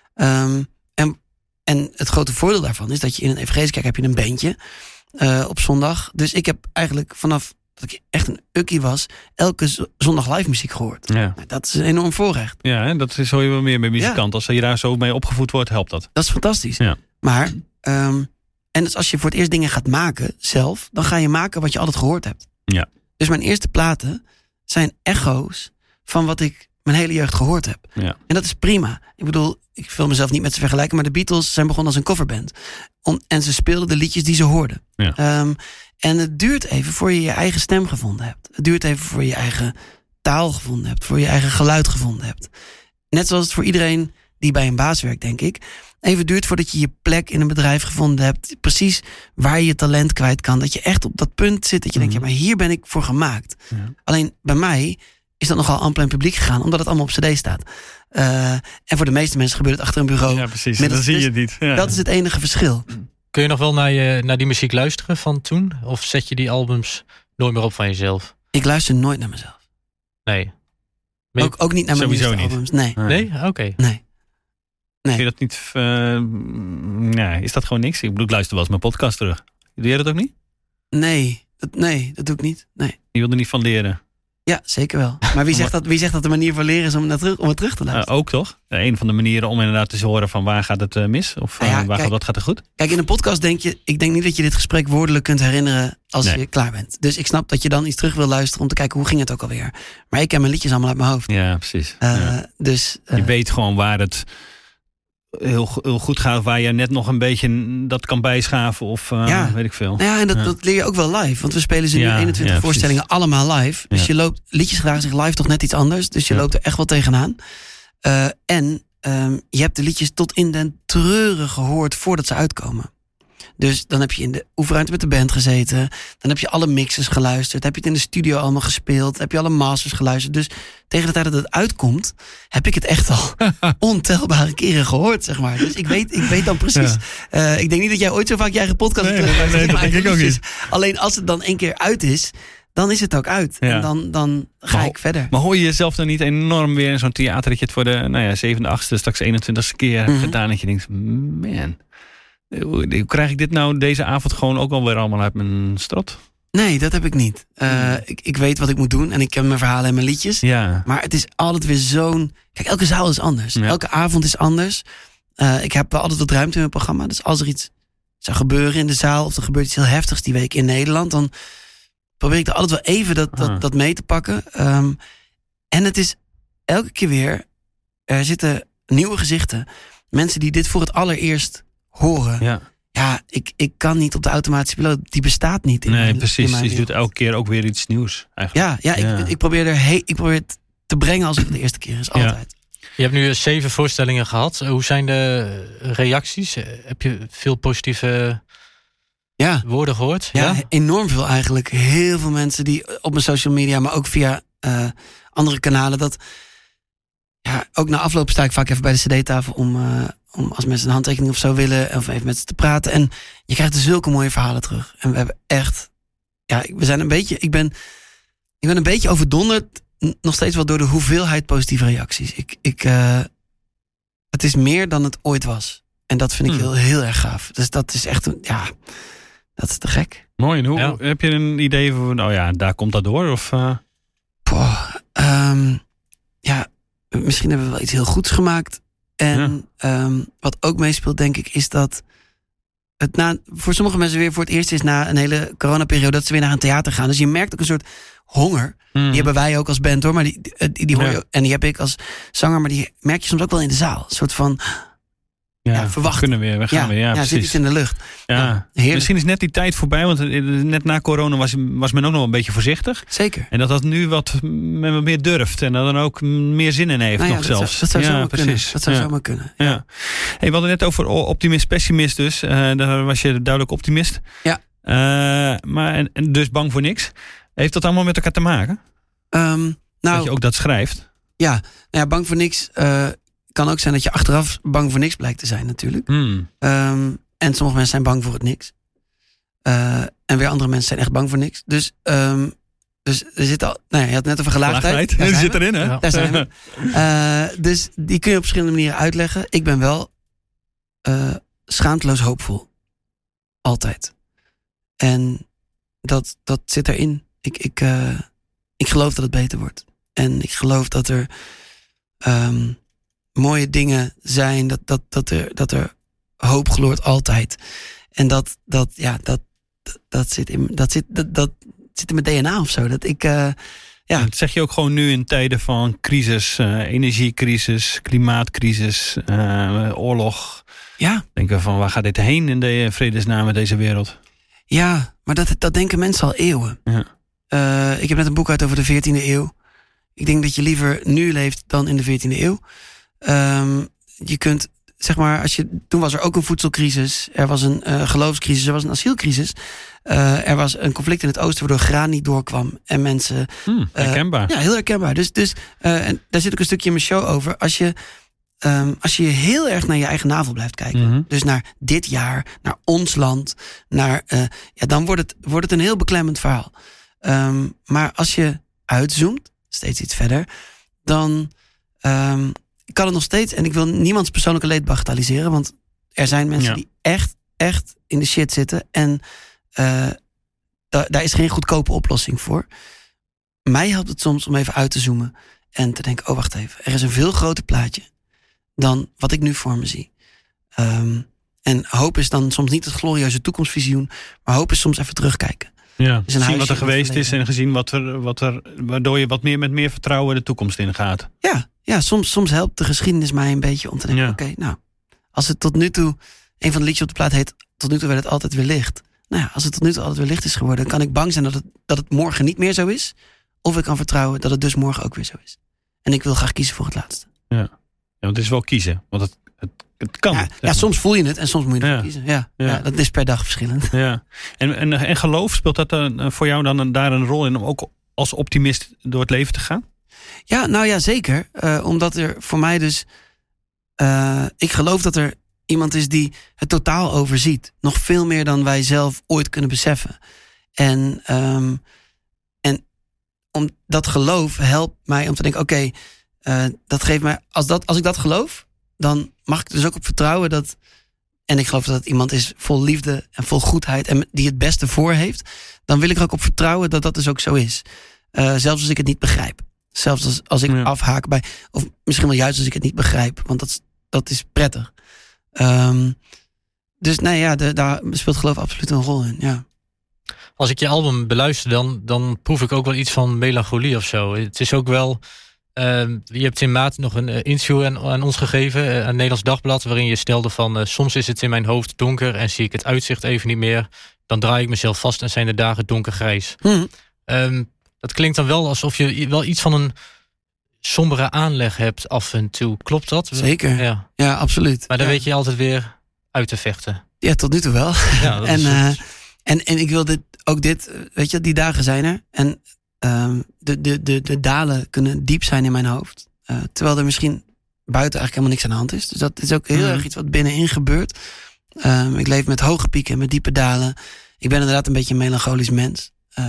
Um, en, en het grote voordeel daarvan is dat je in een evangelische kerk heb je een bandje uh, op zondag. Dus ik heb eigenlijk vanaf dat ik echt een ukkie was, elke z- zondag live muziek gehoord. Ja. Nou, dat is een enorm voorrecht. Ja, hè? Dat is hoor je wel meer bij muzikanten. Ja. Als je daar zo mee opgevoed wordt, helpt dat. Dat is fantastisch. Ja. Maar... Um, En dus als je voor het eerst dingen gaat maken zelf, dan ga je maken wat je altijd gehoord hebt. Ja. Dus mijn eerste platen zijn echo's van wat ik mijn hele jeugd gehoord heb. Ja. En dat is prima. Ik bedoel, ik wil mezelf niet met ze vergelijken, maar de Beatles zijn begonnen als een coverband. Om, en ze speelden de liedjes die ze hoorden. Ja. Um, en het duurt even voor je je eigen stem gevonden hebt. Het duurt even voor je je eigen taal gevonden hebt, voor je eigen geluid gevonden hebt. Net zoals het voor iedereen die bij een baas werkt, denk ik, even duurt voordat je je plek in een bedrijf gevonden hebt. Precies waar je je talent kwijt kan. Dat je echt op dat punt zit dat je mm-hmm. denkt, ja, maar hier ben ik voor gemaakt. Ja. Alleen bij mij is dat nogal amper in publiek gegaan, omdat het allemaal op cd staat. Uh, en voor de meeste mensen gebeurt het achter een bureau. Ja, precies. Dat zie je niet. Ja. Dat is het enige verschil. Kun je nog wel naar, je, naar die muziek luisteren van toen? Of zet je die albums nooit meer op van jezelf? Ik luister nooit naar mezelf. Nee. Je... Ook, ook niet naar mijn Sowieso niet. albums. Nee. Nee? Oké. Okay. Nee. Nee. Vind je dat niet... Uh, nee, is dat gewoon niks? Ik bedoel, ik luister wel eens mijn podcast terug. Doe jij dat ook niet? Nee, dat, nee, dat doe ik niet. Nee. Je wil er niet van leren? Ja, zeker wel. Maar wie zegt dat, wie zegt dat de manier van leren is om, naar terug, om het terug te luisteren? Uh, ook toch? Een van de manieren om inderdaad te horen van waar gaat het uh, mis? Of uh, ja, waar kijk, gaat, wat gaat er goed? Kijk, in een podcast denk je... Ik denk niet dat je dit gesprek woordelijk kunt herinneren als nee. je klaar bent. Dus ik snap dat je dan iets terug wil luisteren om te kijken hoe ging het ook alweer. Maar ik ken mijn liedjes allemaal uit mijn hoofd. Ja, precies. Uh, ja. Dus, uh, je weet gewoon waar het... Heel, heel goed gaat, waar je net nog een beetje dat kan bijschaven of uh, ja. weet ik veel. Nou ja, en dat, ja. dat leer je ook wel live. Want we spelen ze nu ja, eenentwintig ja, voorstellingen precies. allemaal live. Dus ja. je loopt, liedjes gedragen zich live toch net iets anders. Dus je ja. loopt er echt wel tegenaan. Uh, en um, je hebt de liedjes tot in den treuren gehoord voordat ze uitkomen. Dus dan heb je in de oefenruimte met de band gezeten. Dan heb je alle mixes geluisterd. Heb je het in de studio allemaal gespeeld. Heb je alle masters geluisterd. Dus tegen de tijd dat het uitkomt, heb ik het echt al ontelbare keren gehoord, zeg maar. Dus ik weet, ik weet dan precies. Ja. Uh, ik denk niet dat jij ooit zo vaak je eigen podcast nee, hebt. Nee, nee, dat denk ik ook niet. Alleen als het dan één keer uit is, dan is het ook uit. Ja. En dan, dan ga maar, ik verder. Maar hoor je jezelf dan niet enorm weer in zo'n theater dat je het voor de nou ja, zevende, achtste, straks eenentwintigste keer hebt mm-hmm. gedaan. Dat je denkt, man... Hoe krijg ik dit nou deze avond gewoon ook alweer allemaal uit mijn strot? Nee, dat heb ik niet. Uh, hmm. ik, ik weet wat ik moet doen en ik heb mijn verhalen en mijn liedjes. Ja. Maar het is altijd weer zo'n... Kijk, elke zaal is anders. Ja. Elke avond is anders. Uh, ik heb altijd wat ruimte in mijn programma. Dus als er iets zou gebeuren in de zaal of er gebeurt iets heel heftigs die week in Nederland, dan probeer ik er altijd wel even dat, dat, dat mee te pakken. Um, en het is elke keer weer... Er zitten nieuwe gezichten. Mensen die dit voor het allereerst horen. Ja, ja ik, ik kan niet op de automatische piloot. Die bestaat niet. In nee, mijn, precies. In mijn dus je doet elke keer ook weer iets nieuws. Eigenlijk. Ja, ja, ja. Ik, ik, probeer er he- ik probeer het te brengen als het de eerste keer is. Altijd. Ja. Je hebt nu zeven voorstellingen gehad. Hoe zijn de reacties? Heb je veel positieve ja. woorden gehoord? Ja, ja, enorm veel eigenlijk. Heel veel mensen die op mijn social media, maar ook via uh, andere kanalen. Dat, ja, ook na afloop sta ik vaak even bij de cd-tafel om... Uh, om als mensen een handtekening of zo willen, of even met ze te praten. En je krijgt er zulke mooie verhalen terug. En we hebben echt, ja, we zijn een beetje, ik ben, ik ben een beetje overdonderd, nog steeds wel door de hoeveelheid positieve reacties. Ik, ik, uh, het is meer dan het ooit was. En dat vind ik hmm. heel, heel erg gaaf. Dus dat is echt, een, ja, dat is te gek. Mooi. En hoe ja. heb je een idee van, nou ja, daar komt dat door? Of? Uh... Poh, um, ja, misschien hebben we wel iets heel goeds gemaakt. En ja. um, wat ook meespeelt, denk ik, is dat het na, voor sommige mensen weer voor het eerst is na een hele coronaperiode dat ze weer naar een theater gaan. Dus je merkt ook een soort honger. Mm. Die hebben wij ook als band hoor, maar die, die, die hoor je, ja. En die heb ik als zanger, maar die merk je soms ook wel in de zaal. Een soort van ja, ja, verwachten. We kunnen weer, we gaan ja, weer. Ja, ja precies. zit iets in de lucht. Ja. Ja, misschien is net die tijd voorbij, want net na corona was, was men ook nog een beetje voorzichtig. Zeker. En dat dat nu wat, men wat meer durft en dat dan ook meer zin in heeft nou ja, nog dat zelfs. Zou, dat zou ja, zomaar precies. kunnen. Dat zou ja. zomaar kunnen. Ja. Ja. Hey, we hadden net over optimist, pessimist dus. Uh, daar was je duidelijk optimist. Ja. Uh, maar en, en dus bang voor niks. Heeft dat allemaal met elkaar te maken? Um, nou, dat je ook dat schrijft? Ja, nou ja, bang voor niks uh, kan ook zijn dat je achteraf bang voor niks blijkt te zijn natuurlijk. Hmm. Um, en sommige mensen zijn bang voor het niks. Uh, en weer andere mensen zijn echt bang voor niks. Dus, um, dus er zit al. Nou ja, je had het net over gelaagdheid. Gelaagdheid. Die zit erin, hè? Ja. Daar zijn we. Uh, dus die kun je op verschillende manieren uitleggen. Ik ben wel uh, schaamteloos hoopvol. Altijd. En dat, dat zit erin. Ik, ik, uh, ik geloof dat het beter wordt. En ik geloof dat er um, mooie dingen zijn. Dat, dat, dat, er, dat er hoop gloort altijd. En dat, dat, ja, dat, dat, zit in, dat, zit, dat, dat zit in mijn D N A of zo. Dat ik, uh, ja. Dat zeg je ook gewoon nu in tijden van crisis. Uh, energiecrisis, klimaatcrisis, uh, oorlog. Ja. Denken van waar gaat dit heen in de vredesnaam met deze wereld? Ja, maar dat, dat denken mensen al eeuwen. Ja. Uh, ik heb net een boek uit over de veertiende eeuw. Ik denk dat je liever nu leeft dan in de veertiende eeuw. Um, je kunt, zeg maar, als je, toen was er ook een voedselcrisis. Er was een uh, geloofscrisis, er was een asielcrisis. Uh, er was een conflict in het oosten waardoor graan niet doorkwam. En mensen... Hmm, herkenbaar. Uh, ja, heel herkenbaar. Dus, dus uh, en daar zit ook een stukje in mijn show over. Als je... Um, als je heel erg naar je eigen navel blijft kijken. Mm-hmm. Dus naar dit jaar, naar ons land. Naar, uh, ja, dan wordt het, wordt het een heel beklemmend verhaal. Um, maar als je uitzoomt, steeds iets verder. Dan um, kan het nog steeds. En ik wil niemands persoonlijke leed bagatelliseren. Want er zijn mensen ja. die echt, echt in de shit zitten. En uh, da- daar is geen goedkope oplossing voor. Mij helpt het soms om even uit te zoomen. En te denken, oh wacht even. Er is een veel groter plaatje dan wat ik nu voor me zie. Um, en hoop is dan soms niet het glorieuze toekomstvisioen, maar hoop is soms even terugkijken. Ja, dus gezien wat er geweest is en gezien wat er, wat er, waardoor je wat meer met meer vertrouwen de toekomst ingaat. Ja, ja soms, soms helpt de geschiedenis mij een beetje om te denken, ja. oké, okay, nou, als het tot nu toe, een van de liedjes op de plaat heet, tot nu toe werd het altijd weer licht. Nou ja, als het tot nu toe altijd weer licht is geworden, dan kan ik bang zijn dat het, dat het morgen niet meer zo is. Of ik kan vertrouwen dat het dus morgen ook weer zo is. En ik wil graag kiezen voor het laatste. Ja. Ja, want het is wel kiezen. Want het, het, het kan. Ja, ja, soms voel je het en soms moet je ervoor ja. kiezen. Ja, ja. Ja. ja, dat is per dag verschillend. Ja. En, en, en geloof, speelt dat dan voor jou dan daar een rol in om ook als optimist door het leven te gaan? Ja, nou ja, zeker. Uh, omdat er voor mij dus... Uh, ik geloof dat er iemand is die het totaal overziet. Nog veel meer dan wij zelf ooit kunnen beseffen. En, um, en om dat geloof helpt mij om te denken, oké, okay, Uh, dat geeft mij, als, dat, als ik dat geloof, dan mag ik er dus ook op vertrouwen dat, en ik geloof dat het iemand is vol liefde en vol goedheid en die het beste voor heeft, dan wil ik er ook op vertrouwen dat dat dus ook zo is. Uh, zelfs als ik het niet begrijp. Zelfs als, als ik ja. afhaak bij, of misschien wel juist als ik het niet begrijp, want dat, dat is prettig. Um, dus nee, ja, de, daar speelt geloof absoluut een rol in, ja. Als ik je album beluister, dan, dan proef ik ook wel iets van melancholie of zo. Het is ook wel... Uh, je hebt in maart nog een uh, interview aan, aan ons gegeven, uh, aan het Nederlands Dagblad, waarin je stelde van uh, soms is het in mijn hoofd donker en zie ik het uitzicht even niet meer. Dan draai ik mezelf vast en zijn de dagen donkergrijs. Hmm. Um, dat klinkt dan wel alsof je wel iets van een sombere aanleg hebt af en toe. Klopt dat? Zeker. Ja, ja absoluut. Maar dan ja. weet je altijd weer uit te vechten. Ja, tot nu toe wel. Ja, dat en, is uh, en, en ik wil dit, ook dit, weet je, die dagen zijn er. En Um, de, de, de, de dalen kunnen diep zijn in mijn hoofd. Uh, terwijl er misschien buiten eigenlijk helemaal niks aan de hand is. Dus dat is ook heel mm. erg iets wat binnenin gebeurt. Um, ik leef met hoge pieken en met diepe dalen. Ik ben inderdaad een beetje een melancholisch mens. Uh,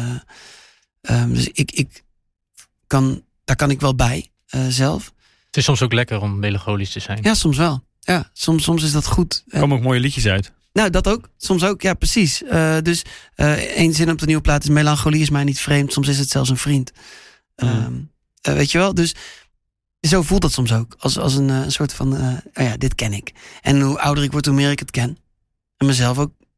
um, dus ik, ik kan, daar kan ik wel bij uh, zelf. Het is soms ook lekker om melancholisch te zijn. Ja, soms wel. Ja, soms, soms is dat goed. Er komen ook mooie liedjes uit. Nou, dat ook. Soms ook, ja, precies. Uh, dus uh, één zin op de nieuwe plaat is: melancholie is mij niet vreemd. Soms is het zelfs een vriend. Mm. Um, uh, weet je wel? Dus zo voelt dat soms ook. Als, als een uh, soort van, uh, oh ja, dit ken ik. En hoe ouder ik word, hoe meer ik het ken. En mezelf ook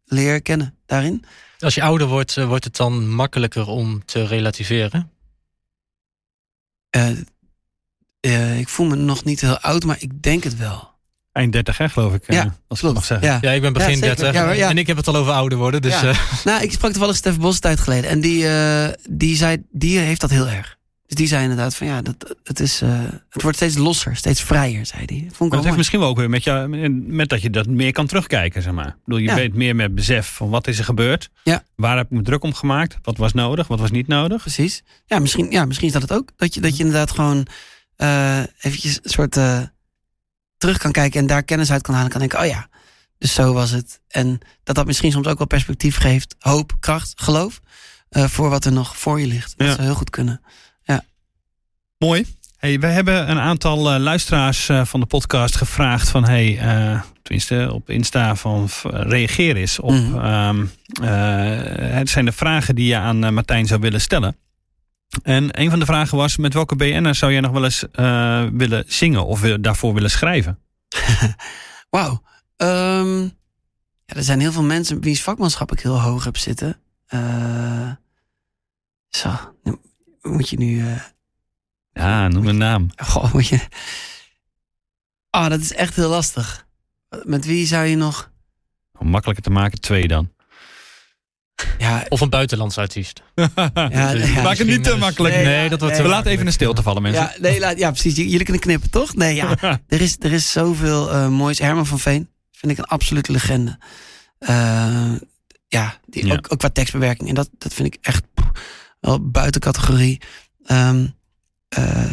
leer kennen daarin. Als je ouder wordt, uh, wordt het dan makkelijker om te relativeren? Uh, uh, ik voel me nog niet heel oud, maar ik denk het wel. Eind dertig, hè, geloof ik. Ja, uh, als klopt. ik mag zeggen. Ja. Ja, ik ben begin Ja, zeker. dertig Ja, maar ja. en ik heb het al over ouder worden. Dus, Ja. uh, Nou, ik sprak toevallig Stef Bos een tijd geleden. En die, uh, die zei, die heeft dat heel erg. Dus die zei inderdaad van ja, dat, het, is, uh, het wordt steeds losser, steeds vrijer, zei hij. Vond ik Maar wel dat heeft mooi. misschien wel ook weer met, jou, met dat je dat meer kan terugkijken, zeg maar. Ik bedoel, je Ja. weet meer met besef van wat is er gebeurd. Ja. Waar heb ik me druk om gemaakt? Wat was nodig? Wat was niet nodig? Precies. Ja, misschien, ja, misschien is dat het ook. Dat je, dat je inderdaad gewoon uh, eventjes een soort uh, terug kan kijken en daar kennis uit kan halen. Kan denken, oh ja, dus zo was het. En dat dat misschien soms ook wel perspectief geeft. Hoop, kracht, geloof. Uh, voor wat er nog voor je ligt. Dat Ja. zou heel goed kunnen. Mooi. Hey, we hebben een aantal uh, luisteraars uh, van de podcast gevraagd van hey, uh, tenminste op Insta van uh, reageer eens op. Mhm. Um, uh, het zijn de vragen die je aan uh, Martijn zou willen stellen. En een van de vragen was: met welke B N'er zou jij nog wel eens uh, willen zingen of wil, daarvoor willen schrijven? Wauw. Um, ja, er zijn heel veel mensen wiens vakmanschap ik heel hoog heb zitten. Uh, zo, nu moet je nu. Uh, Ja, noem een naam. goh, moet je. Oh, dat is echt heel lastig. Met wie zou je nog. Om makkelijker te maken, twee dan. Ja, of een buitenlandse artiest. ja, Dus- ja, Maak het niet te dus- makkelijk. Nee, Nee, dat wordt nee. te We laten even een stilte vallen, mensen. ja, nee, laat, ja, precies. J- Jullie kunnen knippen, toch? Nee, ja. er, is, er is zoveel uh, moois. Herman van Veen vind ik een absolute legende. Uh, ja, die, Ja. Ook, ook qua tekstbewerking. En dat, dat vind ik echt pff, wel buiten categorie. Um, uh,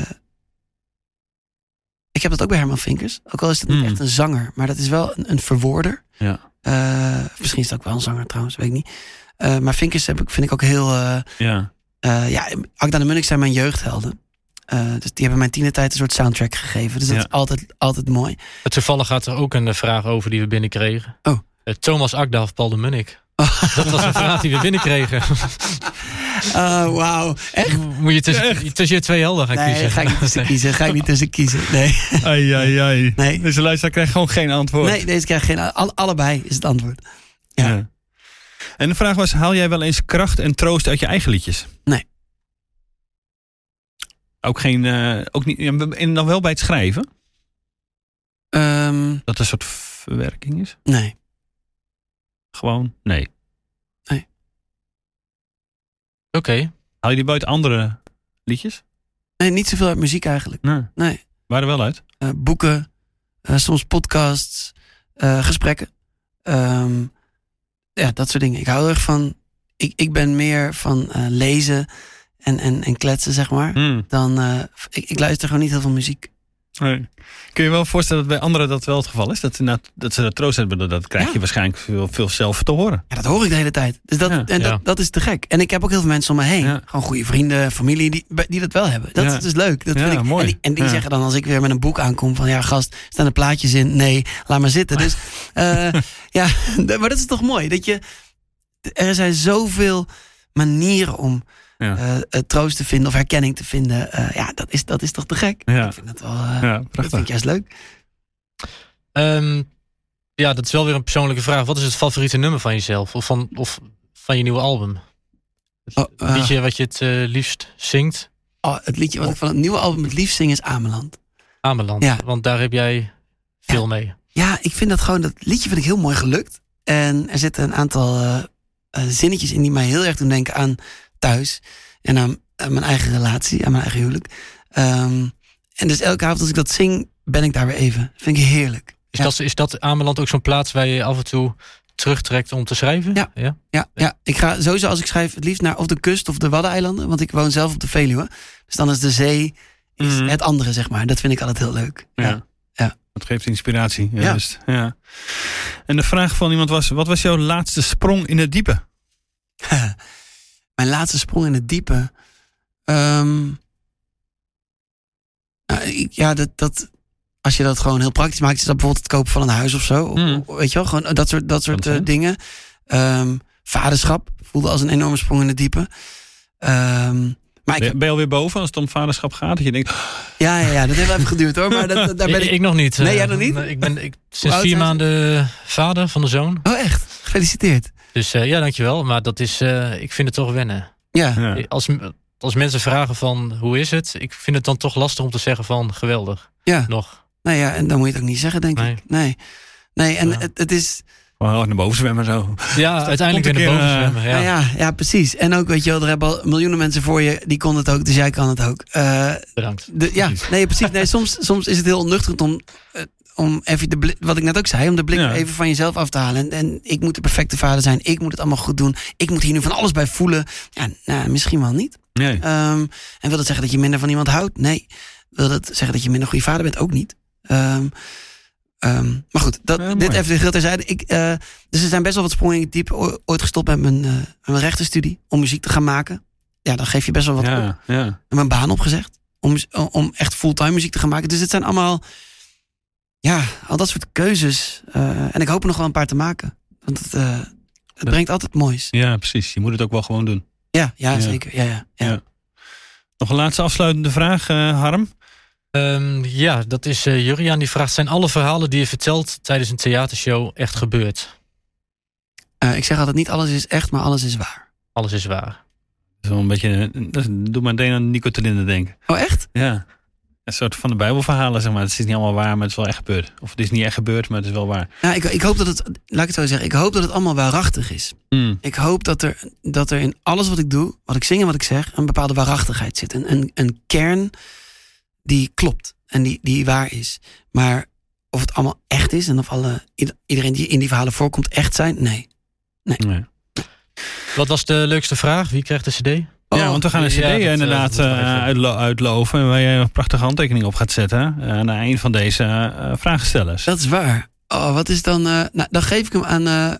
ik heb dat ook bij Herman Vinkers. Ook al is het niet Mm. echt een zanger. Maar dat is wel een, een verwoorder. Ja. Uh, misschien is het ook wel een zanger trouwens, weet ik niet. Uh, maar Vinkers heb ik, vind ik ook heel... Uh, Ja. uh, ja, Agda en Munnik zijn mijn jeugdhelden. Uh, dus die hebben mijn tienertijd een soort soundtrack gegeven. Dus dat Ja. is altijd, altijd mooi. Toevallig gaat er ook een uh, vraag over die we binnenkregen. Oh. Uh, Thomas Agda of Paul de Munnik? Dat was een vraag die we binnenkregen. Oh, wauw. Echt? Moet je tussen, tussen je twee helden gaan Nee, kiezen? ga ik niet tussen kiezen. Ga ik niet tussen kiezen. Nee. Ai, ai, ai. Nee. Deze luisteraar krijgt gewoon geen antwoord. Nee, deze krijgt geen... Alle, allebei is het antwoord. Ja. Ja. En de vraag was, haal jij wel eens kracht en troost uit je eigen liedjes? Nee. Ook geen, uh, ook niet, en dan wel bij het schrijven? Um, Dat een soort verwerking is? nee. Gewoon, nee. Oké. Okay. Haal je die buiten andere liedjes? Nee, niet zoveel uit muziek eigenlijk. Nee. Nee. Waar er wel uit? Uh, boeken, uh, soms podcasts, uh, gesprekken. Um, ja, dat soort dingen. Ik hou erg van... Ik, ik ben meer van uh, lezen en, en, en kletsen, zeg maar. Hmm. Dan, uh, ik, ik luister gewoon niet heel veel muziek. Nee. Kun je wel voorstellen dat bij anderen dat wel het geval is? Dat, dat, dat ze dat troost hebben, dat krijg je Ja. waarschijnlijk veel, veel zelf te horen. Ja, dat hoor ik de hele tijd. Dus dat, Ja. en Ja. dat, dat is te gek. En ik heb ook heel veel mensen om me heen. Ja. Gewoon goede vrienden, familie, die, die dat wel hebben. Dat Ja. is dus leuk. Dat Ja, vind ik. mooi. En die, en die Ja. zeggen dan als ik weer met een boek aankom van... ja, gast, staan er plaatjes in? Nee, laat maar zitten. Dus uh, ja, maar dat is toch mooi. Dat je, er zijn zoveel manieren om Ja. uh, troost te vinden of herkenning te vinden. Uh, ja, dat is, dat is toch te gek. Ja. Ik vind dat wel... Uh, Ja, dat prachtig. vind ik juist leuk. Um, ja, dat is wel weer een persoonlijke vraag. Wat is het favoriete nummer van jezelf? Of van, of van je nieuwe album? Het Oh, uh, liedje wat je het uh, liefst zingt? Oh, het liedje wat ik van het nieuwe album het liefst zing is Ameland. Ameland. Ja. Want daar heb jij veel Ja. mee. Ja, ik vind dat gewoon, dat liedje vind ik heel mooi gelukt. En er zitten een aantal uh, uh, zinnetjes in die mij heel erg doen denken aan thuis. En aan, aan mijn eigen relatie, aan mijn eigen huwelijk. Um, en dus elke avond als ik dat zing, ben ik daar weer even. Vind ik heerlijk. Is, Ja. dat, is dat Ameland ook zo'n plaats waar je af en toe terugtrekt om te schrijven? Ja. ja? Ja, ja, ik ga sowieso als ik schrijf het liefst naar of de kust of de Waddeneilanden. Want ik woon zelf op de Veluwe. Dus dan is de zee is Mhm. het andere, zeg maar. Dat vind ik altijd heel leuk. Ja. Ja. Ja. Dat geeft inspiratie. Ja. Juist. Ja. En de vraag van iemand was, wat was jouw laatste sprong in het diepe? Mijn laatste sprong in het diepe. Um, nou, ik, ja, dat, dat, als je dat gewoon heel praktisch maakt, is dat bijvoorbeeld het kopen van een huis of zo. Hmm. Weet je wel, gewoon dat soort, dat soort Kan uh, zijn. dingen. Um, vaderschap voelde als een enorme sprong in het diepe. Um, maar ik Ben, heb, ben je alweer boven als het om vaderschap gaat? Dat je denkt, ja, ja, ja, dat heeft wel even geduurd hoor. Maar dat, daar ben ik, ik. ik nog niet. Nee, Uh, jij nog niet? Ik ben ik, Hoe sinds oud vier zijn ze? maanden vader van de zoon. Oh, echt? gefeliciteerd. Dus uh, ja, dankjewel. Maar dat is, uh, ik vind het toch wennen. Ja. Ja. Als, als mensen vragen van, hoe is het? Ik vind het dan toch lastig om te zeggen van, geweldig. Ja. Nog. Nou ja, en dan moet je het ook niet zeggen, denk Nee. ik. Nee. Nee, en Ja. het, het is... Gewoon naar boven zwemmen zo. Ja, uiteindelijk komt weer een naar boven keer, zwemmen. Ja. Ja. Ja, ja, precies. En ook, weet je wel, er hebben al miljoenen mensen voor je, die konden het ook, dus jij kan het ook. Uh, Bedankt. de, ja, nee, precies. Nee, soms, soms is het heel onnuchterend om, uh, om even de blik, wat ik net ook zei, om de blik Ja. even van jezelf af te halen. En, en ik moet de perfecte vader zijn, ik moet het allemaal goed doen, ik moet hier nu van alles bij voelen. Ja, nou, misschien wel niet. Nee. Um, en wil dat zeggen dat je minder van iemand houdt? Nee. Wil dat zeggen dat je minder goede vader bent? Ook niet. Um, Um, maar goed, dat, ja, dit even de geheel terzijde. Ik, uh, dus er zijn best wel wat sprongen in het diepe. Ooit gestopt met mijn, uh, met mijn rechtenstudie om muziek te gaan maken. Ja, dan geef je best wel wat Ja, op. ja. En mijn baan opgezegd om, om echt fulltime muziek te gaan maken. Dus het zijn allemaal, ja, al dat soort keuzes. Uh, en ik hoop er nog wel een paar te maken. Want het, uh, het dat, brengt altijd moois. Ja, precies. Je moet het ook wel gewoon doen. Ja, ja, Ja. zeker. Ja, ja, ja. Ja. Nog een laatste afsluitende vraag, uh, Harm. Um, ja, dat is uh, Juriaan die vraagt, zijn alle verhalen die je vertelt tijdens een theatershow echt gebeurd? Uh, ik zeg altijd, niet alles is echt, maar alles is waar. Alles is waar. Dat is wel een beetje, dat doet me meteen aan Nico Terlinde denken. Oh, echt? Ja. Een soort van de Bijbelverhalen, zeg maar. Het is niet allemaal waar, maar het is wel echt gebeurd. Of het is niet echt gebeurd, maar het is wel waar. Ja, ik, ik hoop dat het, laat ik het zo zeggen, ik hoop dat het allemaal waarachtig is. Mm. Ik hoop dat er, dat er in alles wat ik doe, wat ik zing en wat ik zeg, een bepaalde waarachtigheid zit. Een, een, een kern die klopt en die, die waar is. Maar of het allemaal echt is en of alle, iedereen die in die verhalen voorkomt echt zijn, nee. Nee. nee. Wat was de leukste vraag? Wie krijgt de cd? Oh, ja, want we gaan een cd ja, dat, inderdaad uh, uh, uitlo- uitloven, waar je een prachtige handtekening op gaat zetten uh, naar een van deze uh, vragenstellers. Dat is waar. Oh, wat is dan... Uh, nou, dan geef ik hem aan uh,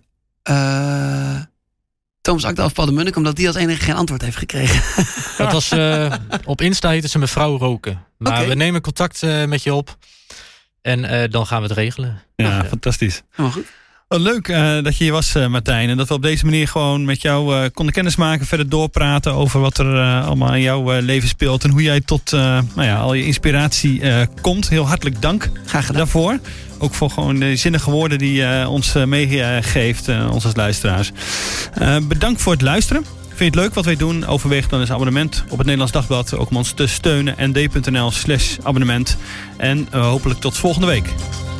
uh, Thomas Akda of Paul de Munnik, omdat die als enige geen antwoord heeft gekregen. Dat was uh, op Insta heette ze mevrouw Roken. Maar Okay. we nemen contact uh, met je op en uh, dan gaan we het regelen. Ja, Ja. fantastisch. Helemaal goed. Wat leuk uh, dat je hier was, uh, Martijn. En dat we op deze manier gewoon met jou uh, konden kennismaken. Verder doorpraten over wat er uh, allemaal in jouw uh, leven speelt. En hoe jij tot uh, nou ja, al je inspiratie uh, komt. Heel hartelijk dank Graag gedaan. daarvoor. Ook voor gewoon de zinnige woorden die je uh, ons uh, meegeeft, uh, ons als luisteraars. Uh, bedankt voor het luisteren. Vind je het leuk wat wij doen? Overweeg dan eens abonnement op het Nederlands Dagblad. Ook om ons te steunen. N D punt N L slash abonnement. En uh, hopelijk tot volgende week.